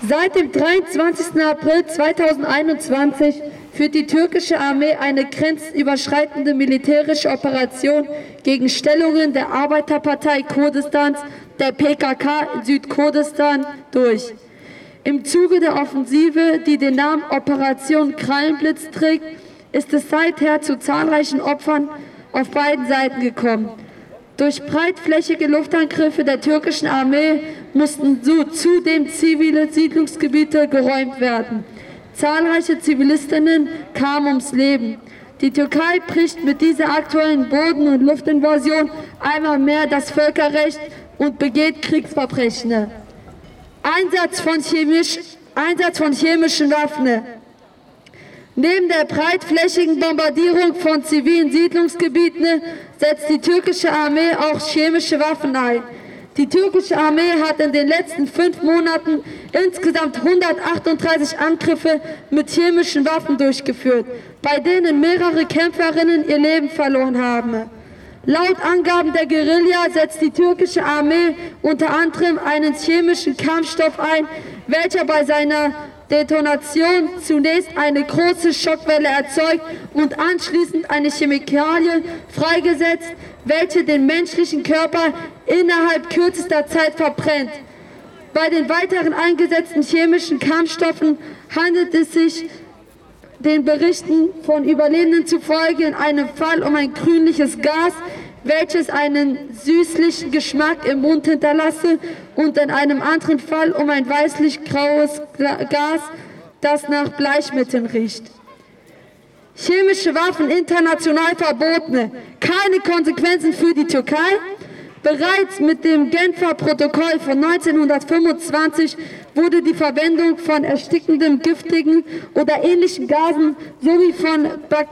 Seit dem 23. April 2021 führt die türkische Armee eine grenzüberschreitende militärische Operation gegen Stellungen der Arbeiterpartei Kurdistans, der PKK in Südkurdistan, durch. Im Zuge der Offensive, die den Namen Operation Krallenblitz trägt, ist es seither zu zahlreichen Opfern auf beiden Seiten gekommen. Durch breitflächige Luftangriffe der türkischen Armee mussten zudem zivile Siedlungsgebiete geräumt werden. Zahlreiche Zivilistinnen kamen ums Leben. Die Türkei bricht mit dieser aktuellen Boden- und Luftinvasion einmal mehr das Völkerrecht und begeht Kriegsverbrechen. Einsatz von chemischen Waffen. Neben der breitflächigen Bombardierung von zivilen Siedlungsgebieten setzt die türkische Armee auch chemische Waffen ein. Die türkische Armee hat in den letzten 5 Monaten insgesamt 138 Angriffe mit chemischen Waffen durchgeführt, bei denen mehrere Kämpferinnen ihr Leben verloren haben. Laut Angaben der Guerilla setzt die türkische Armee unter anderem einen chemischen Kampfstoff ein, welcher bei seiner Detonation zunächst eine große Schockwelle erzeugt und anschließend eine Chemikalie freigesetzt, welche den menschlichen Körper innerhalb kürzester Zeit verbrennt. Bei den weiteren eingesetzten chemischen Kampfstoffen handelt es sich den Berichten von Überlebenden zufolge in einem Fall um ein grünliches Gas, welches einen süßlichen Geschmack im Mund hinterlasse, und in einem anderen Fall um ein weißlich-graues Gas, das nach Bleichmitteln riecht. Chemische Waffen international verboten. Keine Konsequenzen für die Türkei. Bereits mit dem Genfer Protokoll von 1925 wurde die Verwendung von erstickenden, giftigen oder ähnlichen Gasen sowie von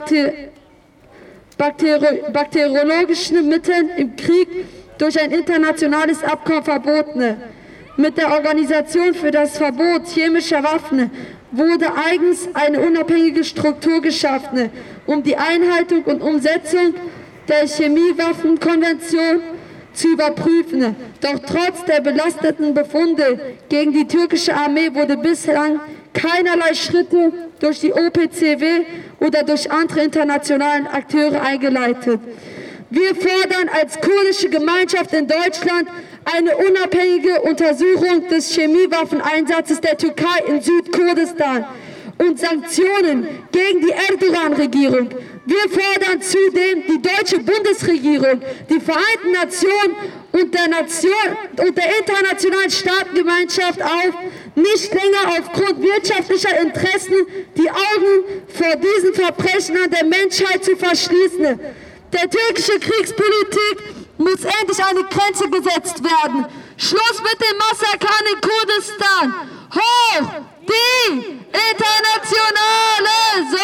bakteriologischen Mitteln im Krieg durch ein internationales Abkommen verboten. Mit der Organisation für das Verbot chemischer Waffen wurde eigens eine unabhängige Struktur geschaffen, um die Einhaltung und Umsetzung der Chemiewaffenkonvention zu überprüfen. Doch trotz der belastenden Befunde gegen die türkische Armee wurde bislang keinerlei Schritte durch die OPCW oder durch andere internationale Akteure eingeleitet. Wir fordern als kurdische Gemeinschaft in Deutschland eine unabhängige Untersuchung des Chemiewaffeneinsatzes der Türkei in Südkurdistan und Sanktionen gegen die Erdogan-Regierung. Wir fordern zudem die deutsche Bundesregierung, die Vereinten Nationen und der internationalen Staatengemeinschaft auf, nicht länger aufgrund wirtschaftlicher Interessen die Augen vor diesen Verbrechen an der Menschheit zu verschließen. Der türkische Kriegspolitik muss endlich eine Grenze gesetzt werden. Schluss mit den Massakern in Kurdistan. Hoch die internationale